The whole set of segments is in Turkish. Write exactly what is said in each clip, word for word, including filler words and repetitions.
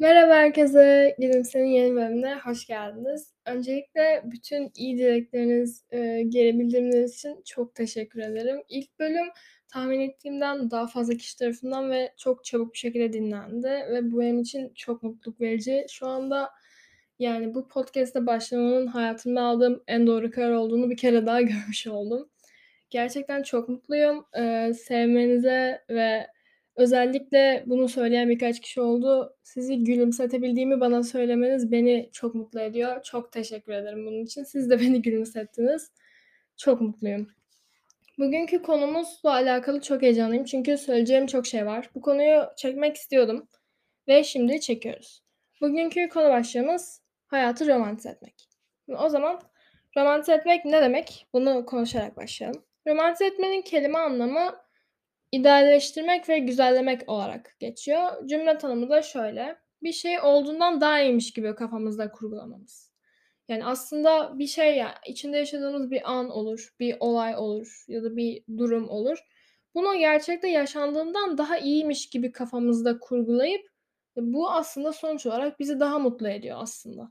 Merhaba herkese, Gülümser'in yeni bölümüne hoş geldiniz. Öncelikle bütün iyi dilekleriniz, eee, geri bildirimleriniz için çok teşekkür ederim. İlk bölüm tahmin ettiğimden daha fazla kişi tarafından ve çok çabuk bir şekilde dinlendi ve bu benim için çok mutluluk verici. Şu anda, yani, bu podcast'e başlamanın hayatımda aldığım en doğru karar olduğunu bir kere daha görmüş oldum. Gerçekten çok mutluyum. Eee, sevmenize ve özellikle bunu söyleyen birkaç kişi oldu. Sizi gülümsetebildiğimi bana söylemeniz beni çok mutlu ediyor. Çok teşekkür ederim bunun için. Siz de beni gülümsettiniz. Çok mutluyum. Bugünkü konumuzla alakalı çok heyecanlıyım çünkü söyleyeceğim çok şey var. Bu konuyu çekmek istiyordum ve şimdi çekiyoruz. Bugünkü konu başlığımız hayatı romantize etmek. O zaman romantize etmek ne demek? Bunu konuşarak başlayalım. Romantize etmenin kelime anlamı idealleştirmek ve güzellemek olarak geçiyor. Cümle tanımı da şöyle: bir şey olduğundan daha iyiymiş gibi kafamızda kurgulamamız. Yani, aslında bir şey, ya, içinde yaşadığımız bir an olur, bir olay olur ya da bir durum olur. Bunu gerçekte yaşandığından daha iyiymiş gibi kafamızda kurgulayıp bu aslında sonuç olarak bizi daha mutlu ediyor aslında.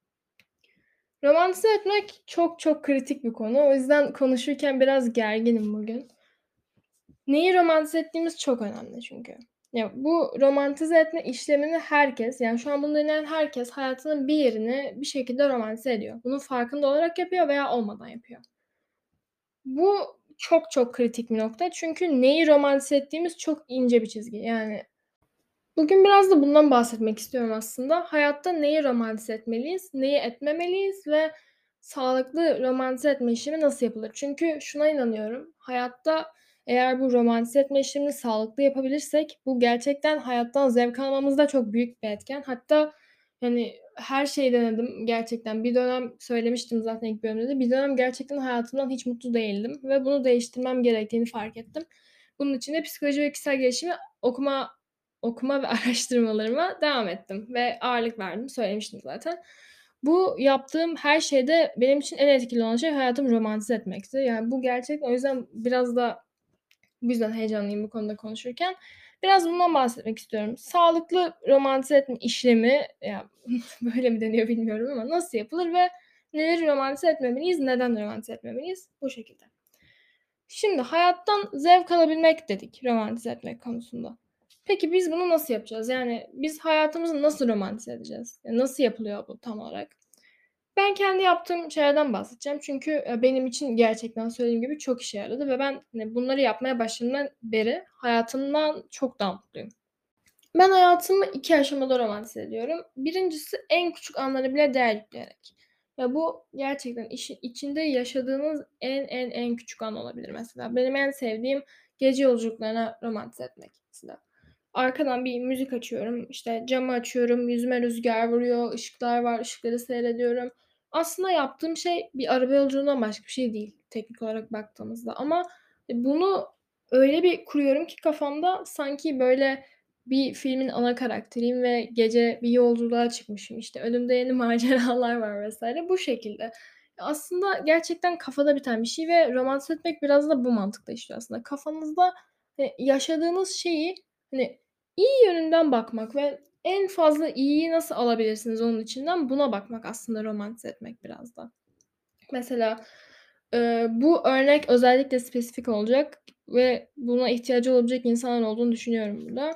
Romantize etmek çok çok kritik bir konu. O yüzden konuşurken biraz gerginim bugün. Neyi romantize ettiğimiz çok önemli çünkü. Ya, bu romantize etme işlemini herkes, yani, şu an bunu dinleyen herkes hayatının bir yerini bir şekilde romantize ediyor. Bunun farkında olarak yapıyor veya olmadan yapıyor. Bu çok çok kritik bir nokta çünkü neyi romantize ettiğimiz çok ince bir çizgi. Yani, bugün biraz da bundan bahsetmek istiyorum aslında. Hayatta neyi romantize etmeliyiz, neyi etmemeliyiz ve sağlıklı romantize etme işlemi nasıl yapılır? Çünkü şuna inanıyorum, hayatta eğer bu romantize etme işlemini sağlıklı yapabilirsek bu gerçekten hayattan zevk almamızda çok büyük bir etken. Hatta, hani, her şeyi denedim gerçekten. Bir dönem söylemiştim zaten ilk bölümde de. Bir dönem gerçekten hayatımdan hiç mutlu değildim ve bunu değiştirmem gerektiğini fark ettim. Bunun için de psikoloji ve kişisel gelişimi okuma okuma ve araştırmalarıma devam ettim ve ağırlık verdim, söylemiştim zaten. Bu yaptığım her şeyde benim için en etkili olan şey hayatımı romantize etmekti. Yani, bu gerçekten o yüzden biraz da bu yüzden heyecanlıyım bu konuda konuşurken. Biraz bundan bahsetmek istiyorum. Sağlıklı romantize etme işlemi, ya, böyle mi deniyor bilmiyorum ama nasıl yapılır ve neleri romantize etmemeliyiz, neden romantize etmemeliyiz? Bu şekilde. Şimdi hayattan zevk alabilmek dedik romantize etmek konusunda. Peki biz bunu nasıl yapacağız? Yani biz hayatımızı nasıl romantize edeceğiz? Ya, nasıl yapılıyor bu tam olarak? Ben kendi yaptığım şeylerden bahsedeceğim çünkü, eee, benim için gerçekten söylediğim gibi çok işe yaradı ve ben, hani, bunları yapmaya başladığımdan beri hayatımdan çok daha mutluyum. Ben hayatımı iki aşamada romantize ediyorum. Birincisi en küçük anlara bile değer yükleyerek. Ya, bu gerçekten işin içinde yaşadığınız en, en, en küçük an olabilir mesela. Benim en sevdiğim gece yolculuklarına romantize etmek mesela. Arkadan bir müzik açıyorum, işte, camı açıyorum, yüzüme rüzgâr vuruyor, ışıklar var, ışıkları seyrediyorum. Aslında yaptığım şey bir araba yolculuğundan başka bir şey değil teknik olarak baktığımızda ama, e, bunu öyle bir kuruyorum ki kafamda sanki böyle bir filmin ana karakteriyim ve gece bir yolculuğa çıkmışım, işte, önümde yeni maceralar var vesaire bu şekilde. Aslında gerçekten kafada biten bir şey ve romantize etmek biraz da bu mantıkla işliyor aslında. Kafanızda, eee, yaşadığınız şeyi, hani, iyi yönünden bakmak ve en fazla iyiyi nasıl alabilirsiniz onun içinden, buna bakmak aslında romantize etmek biraz da. Mesela, eee, bu örnek özellikle spesifik olacak ve buna ihtiyacı olabilecek insanlar olduğunu düşünüyorum burada.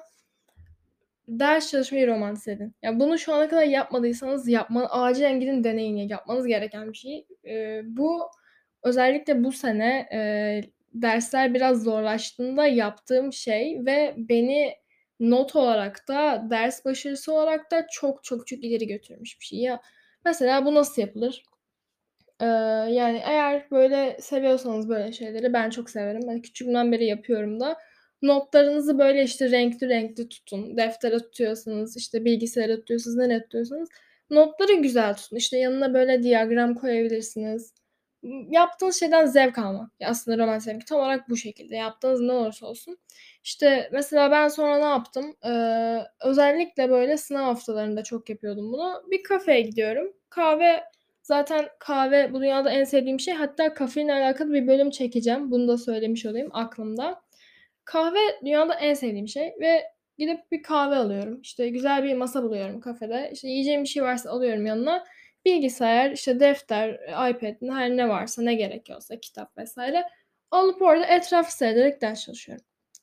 Ders çalışmayı romantize edin. Ya, bunu şu ana kadar yapmadıysanız yapma acilen gidin deneyin. Ya, yapmanız gereken bir şey. Eee, bu özellikle bu sene, eee, dersler biraz zorlaştığında yaptığım şey ve beni not olarak da ders başarısı olarak da çok çok çok ileri götürmüş bir şey. Ya, mesela bu nasıl yapılır? Eee, yani, eğer böyle seviyorsanız böyle şeyleri ben çok severim. Ben küçüğümden beri yapıyorum da. Notlarınızı böyle, işte, renkli renkli tutun. Deftere tutuyorsanız, işte, bilgisayara tutuyorsanız, nereye tutuyorsanız notları güzel tutun. İşte, yanına böyle diyagram koyabilirsiniz. Imm, yaptığınız şeyden zevk almak. Ya, aslında romantik sevgi tam olarak bu şekilde. Yaptığınız ne olursa olsun. İşte, mesela ben sonra ne yaptım? Eee, özellikle böyle sınav haftalarında çok yapıyordum bunu. Bir kafeye gidiyorum. Kahve Zaten kahve bu dünyada en sevdiğim şey. Hatta kafeinle alakalı bir bölüm çekeceğim. Bunu da söylemiş olayım aklımda. Kahve dünyada en sevdiğim şey ve Gidip bir kahve alıyorum. İşte, güzel bir masa buluyorum kafede. İşte, yiyeceğim bir şey varsa alıyorum yanına. Bilgisayar, işte, defter, eee, iPad her ne varsa, ne gerekiyorsa, kitap vesaire alıp orada etrafı seyrederek ders çalışıyorum.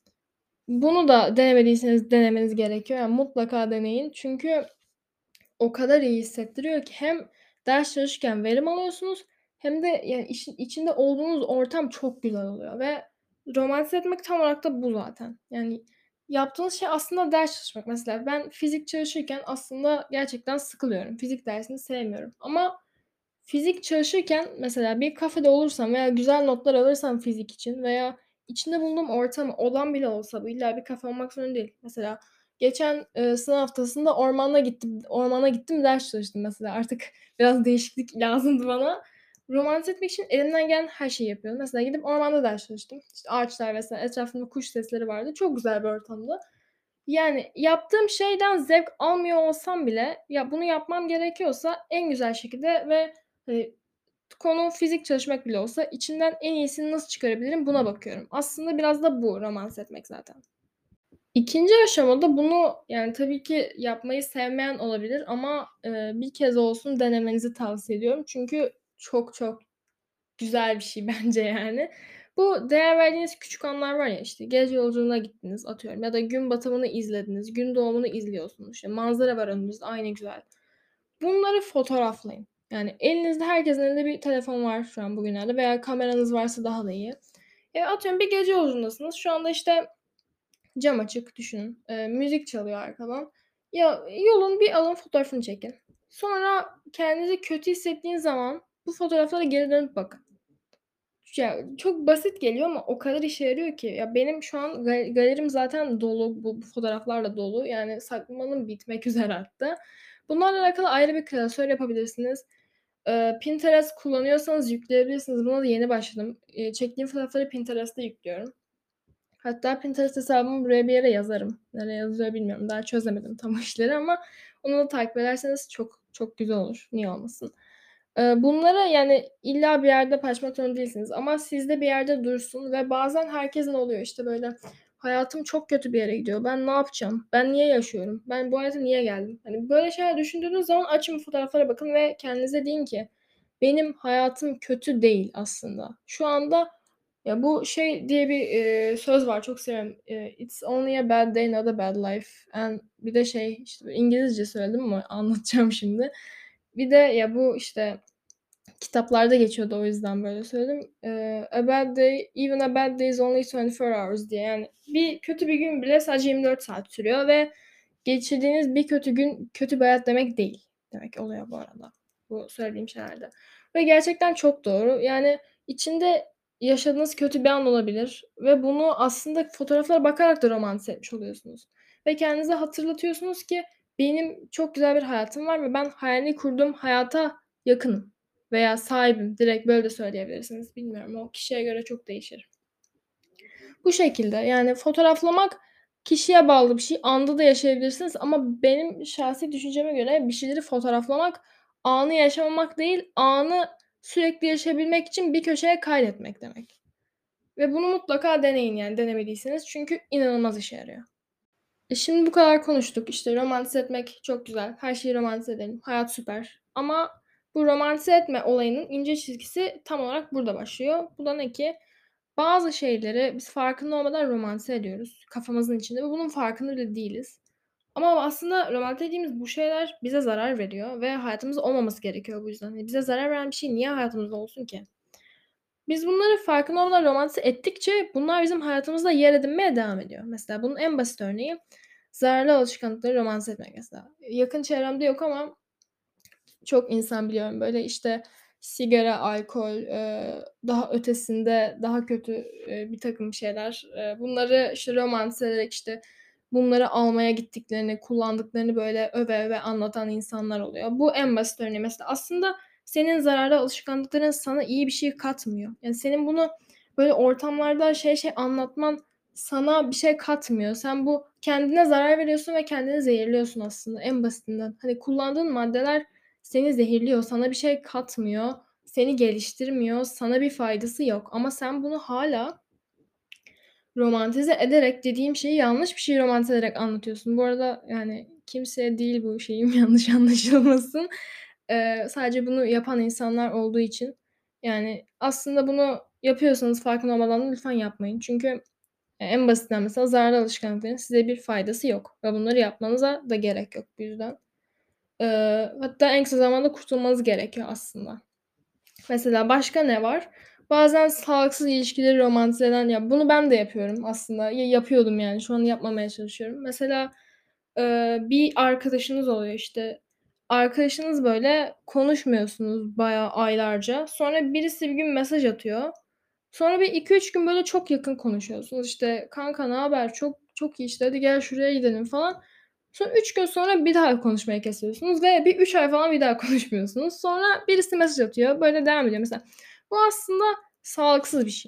Bunu da denemediyseniz denemeniz gerekiyor. Yani mutlaka deneyin. Çünkü o kadar iyi hissettiriyor ki hem ders çalışırken verim alıyorsunuz hem de yani işin içinde olduğunuz ortam çok güzel oluyor ve romantize etmek tam olarak da bu zaten. Yani yaptığınız şey aslında ders çalışmak. Mesela ben fizik çalışırken aslında gerçekten sıkılıyorum. Fizik dersini sevmiyorum ama fizik çalışırken mesela bir kafede olursam veya güzel notlar alırsam fizik için veya içinde bulunduğum ortam olan bile olsa bu illa bir kafe olmak zorunda değil. Mesela geçen, eee, sınav haftasında ormana gittim ormana gittim, ders çalıştım mesela. Artık biraz değişiklik lazımdı bana. Romantize etmek için elimden gelen her şeyi yapıyorum. Mesela gidip ormanda ders çalıştım. İşte ağaçlar vesaire etrafımda kuş sesleri vardı. Çok güzel bir ortamdı. Yani yaptığım şeyden zevk almıyor olsam bile ya bunu yapmam gerekiyorsa en güzel şekilde ve, hani, konu fizik çalışmak bile olsa içinden en iyisini nasıl çıkarabilirim buna bakıyorum. Aslında biraz da bu romanse etmek zaten. ikinci aşamada bunu, yani, tabii ki yapmayı sevmeyen olabilir ama, eee, bir kez olsun denemenizi tavsiye ediyorum. Çünkü çok çok güzel bir şey bence yani. Bu değer verdiğiniz küçük anlar var ya, işte, gece yolculuğuna gittiniz atıyorum ya da gün batımını izlediniz, gün doğumunu izliyorsunuz, işte, manzara var önünüzde, ay ne güzel. Bunları fotoğraflayın. Yani elinizde herkesin elinde bir telefon var şu an bugünlerde veya kameranız varsa daha da iyi. Ya, atıyorum bir gece yolculuğundasınız. Şu anda, işte, cam açık düşünün. Eee, müzik çalıyor arkadan. Ya, yolun bir alın fotoğrafını çekin. Sonra kendinizi kötü hissettiğiniz zaman bu fotoğraflara geri dönüp bakın. Ya, çok basit geliyor ama o kadar işe yarıyor ki. Ya, benim şu an ga galerim zaten dolu, bu bu fotoğraflarla dolu. Yani saklamanım bitmek üzere hatta. Bunlarla alakalı ayrı bir klasör yapabilirsiniz. Eee, Pinterest kullanıyorsanız yükleyebilirsiniz. Buna da yeni başladım. Eee, çektiğim fotoğrafları Pinterest'te yüklüyorum. Hatta Pinterest hesabımı buraya bir yere yazarım. Nereye yazılıyor bilmiyorum. Daha çözemedim tam o işleri ama onu da takip ederseniz çok çok güzel olur. Niye olmasın? Eee, bunları, yani, illa bir yerde paylaşmak zorunda değilsiniz ama sizde bir yerde dursun ve bazen herkesin oluyor, işte, böyle, "Hayatım çok kötü bir yere gidiyor. Ben ne yapacağım? Ben niye yaşıyorum? Ben bu hayata niye geldim?" Hani, böyle şeyler düşündüğünüz zaman açın bu fotoğraflara bakın ve kendinize deyin ki, "Benim hayatım kötü değil aslında. Şu anda." Ya, bu şey diye bir, eee, söz var, çok seviyorum. Eee, "It's only a bad day, not a bad life." And bir de şey, işte, İngilizce söyledim ama anlatacağım şimdi. Bir de ya, bu, işte, kitaplarda geçiyordu o yüzden böyle söyledim. Eee, "A bad day, even a bad day is only yirmi dört hours." diye. Yani bir kötü bir gün bile sadece yirmi dört saat sürüyor ve geçirdiğiniz bir kötü gün kötü bir hayat demek değil demek oluyor bu arada, bu söylediğim şeylerde ve gerçekten çok doğru. Yani içinde yaşadığınız kötü bir an olabilir ve bunu aslında fotoğraflara bakarak da romantize etmiş oluyorsunuz ve kendinize hatırlatıyorsunuz ki benim çok güzel bir hayatım var ve ben hayalini kurduğum hayata yakınım veya sahibim. Direkt böyle de söyleyebilirsiniz. Bilmiyorum, o kişiye göre çok değişir. Bu şekilde, yani fotoğraflamak kişiye bağlı bir şey. Anda da yaşayabilirsiniz ama benim şahsi düşünceme göre bir şeyleri fotoğraflamak anı yaşamamak değil, anı sürekli yaşayabilmek için bir köşeye kaydetmek demek ve bunu mutlaka deneyin, yani denemediyseniz çünkü inanılmaz işe yarıyor. E, şimdi bu kadar konuştuk. İşte romantize etmek çok güzel. Her şeyi romantize edelim. Hayat süper. Ama bu romantize etme olayının ince çizgisi tam olarak burada başlıyor. Bu da ne ki? Bazı şeyleri biz farkında olmadan romantize ediyoruz kafamızın içinde ve bunun farkında bile değiliz. Ama aslında romantize ettiğimiz bu şeyler bize zarar veriyor ve hayatımızda olmaması gerekiyor bu yüzden. Hani bize zarar veren bir şey niye hayatımızda olsun ki? Biz bunları farkında olmadan romantize ettikçe bunlar bizim hayatımızda yer edinmeye devam ediyor. Mesela bunun en basit örneği zararlı alışkanlıkları romantize etmek mesela. Yakın çevremde yok ama çok insan biliyorum. Böyle, işte, sigara, alkol, eee, daha ötesinde daha kötü, eee, birtakım şeyler. Eee, bunları, işte, romantize ederek, işte, bunları almaya gittiklerini, kullandıklarını, böyle, öve öve anlatan insanlar oluyor. Bu en basit örneği mesela. Aslında senin zararlı alışkanlıkların sana iyi bir şey katmıyor. Yani, senin bunu, böyle, ortamlarda şey şey anlatman sana bir şey katmıyor. Sen bu kendine zarar veriyorsun ve kendini zehirliyorsun aslında en basitinden. Hani, kullandığın maddeler seni zehirliyor, sana bir şey katmıyor, seni geliştirmiyor, sana bir faydası yok ama sen bunu hâlâ romantize ederek dediğim şeyi yanlış bir şeyi romantize ederek anlatıyorsun. Bu arada, yani, kimseye değil bu şeyim, yanlış anlaşılmasın. Eee, sadece bunu yapan insanlar olduğu için. Yani, aslında bunu yapıyorsanız farkında olmadan da lütfen yapmayın. Çünkü, eee, en basitinden mesela zararlı alışkanlıkların size bir faydası yok ve bunları yapmanıza da gerek yok bu yüzden. Eee, hatta en kısa zamanda kurtulmanız gerekiyor aslında. Mesela başka ne var? Bazen sağlıksız ilişkileri romantize eden ya, bunu ben de yapıyorum aslında. Ya, yapıyordum yani, şu an yapmamaya çalışıyorum. Mesela, eee, bir arkadaşınız oluyor, işte. Arkadaşınız, böyle, konuşmuyorsunuz bayağı aylarca. Sonra birisi bir gün mesaj atıyor. Sonra bir iki üç gün, böyle, çok yakın konuşuyorsunuz. İşte, "Kanka naber? Çok çok iyi, işte, hadi gel şuraya gidelim." falan. Sonra üç gün sonra bir daha konuşmayı kesiyorsunuz ve bir üç ay falan bir daha konuşmuyorsunuz. Sonra birisi mesaj atıyor. Böyle devam ediyor mesela. Bu aslında sağlıksız bir şey.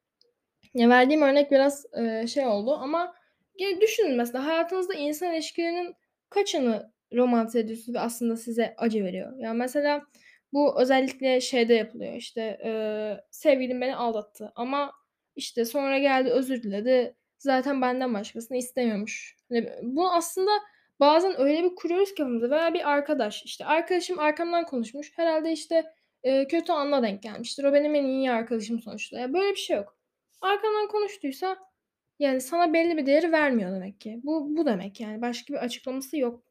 Ya, verdiğim örnek biraz, eee, şey oldu ama ge düşünün mesela hayatınızda insan ilişkilerinin kaçını romantize ediyorsunuz ve aslında size acı veriyor? Ya, mesela bu özellikle şeyde yapılıyor, işte, eee, sevgilim beni aldattı ama, işte, sonra geldi özür diledi. Zaten benden başkasını istemiyormuş. Hani, bu aslında bazen öyle bir kuruyoruz ki kafamızda veya bir arkadaş, işte, arkadaşım arkamdan konuşmuş. Herhâlde, işte, eee, kötü anına denk gelmiştir. O benim en iyi arkadaşım sonuçta. Ya, böyle bir şey yok. Arkandan konuştuysa, yani, sana belli bir değeri vermiyor demek ki. Bu bu demek yani. Başka bir açıklaması yok.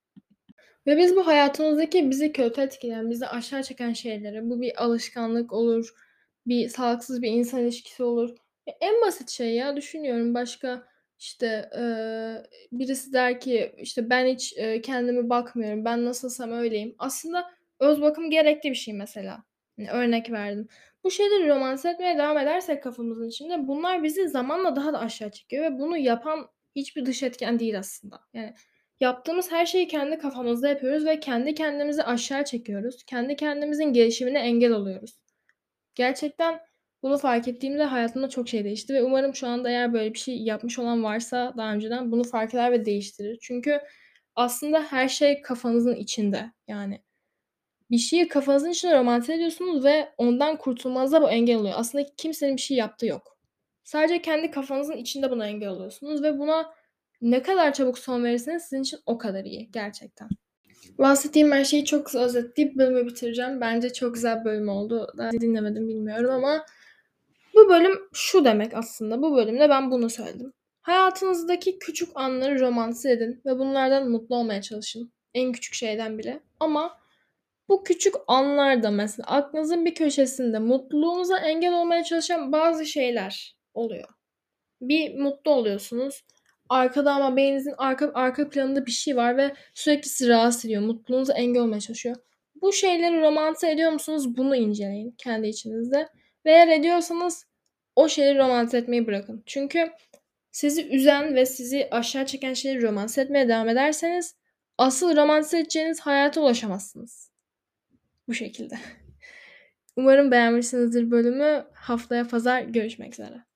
Ve biz bu hayatımızdaki bizi kötü etkileyen, bizi aşağı çeken şeyleri, bu bir alışkanlık olur, bir sağlıksız bir insan ilişkisi olur. Ya, en basit şey ya, düşünüyorum başka, işte, eee, birisi der ki, işte, "Ben hiç, eee, kendime bakmıyorum, ben nasılsam öyleyim." Aslında öz bakım gerekli bir şey mesela. Hani, örnek verdim. Bu şeyleri romantize etmeye devam edersek kafamızın içinde bunlar bizi zamanla daha da aşağı çekiyor ve bunu yapan hiçbir dış etken değil aslında. Yani, yaptığımız her şeyi kendi kafamızda yapıyoruz ve kendi kendimizi aşağı çekiyoruz. Kendi kendimizin gelişimine engel oluyoruz. Gerçekten bunu fark ettiğimde hayatımda çok şey değişti ve umarım şu anda eğer böyle bir şey yapmış olan varsa daha önceden bunu fark eder ve değiştirir. Çünkü aslında her şey kafanızın içinde. Yani bir şeyi kafanızın içinde romantize ediyorsunuz ve ondan kurtulmanıza bu engel oluyor. Aslında kimsenin bir şey yaptığı yok. Sadece kendi kafanızın içinde buna engel oluyorsunuz ve buna ne kadar çabuk son verirseniz sizin için o kadar iyi gerçekten. Bahsettiğim her şeyi çok kısa özetleyip bölümü bitireceğim. Bence çok güzel bir bölüm oldu. Daha dinlemedim bilmiyorum ama bu bölüm şu demek aslında. Bu bölümde ben bunu söyledim. Hayatınızdaki küçük anları romantize edin ve bunlardan mutlu olmaya çalışın. En küçük şeyden bile. Ama bu küçük anlarda mesela aklınızın bir köşesinde mutluluğunuza engel olmaya çalışan bazı şeyler oluyor. Bir mutlu oluyorsunuz. Arkada ama beyninizin arka arka planında bir şey var ve sürekli sizi rahatsız ediyor. Mutluluğunuza engel olmaya çalışıyor. Bu şeyleri romantize ediyor musunuz? Bunu inceleyin kendi içinizde. Ve eğer ediyorsanız o şeyleri romantize etmeyi bırakın. Çünkü sizi üzen ve sizi aşağı çeken şeyleri romantize etmeye devam ederseniz asıl romantize edeceğiniz hayata ulaşamazsınız. Bu şekilde. Umarım beğenmişsinizdir bölümü. Haftaya pazar görüşmek üzere.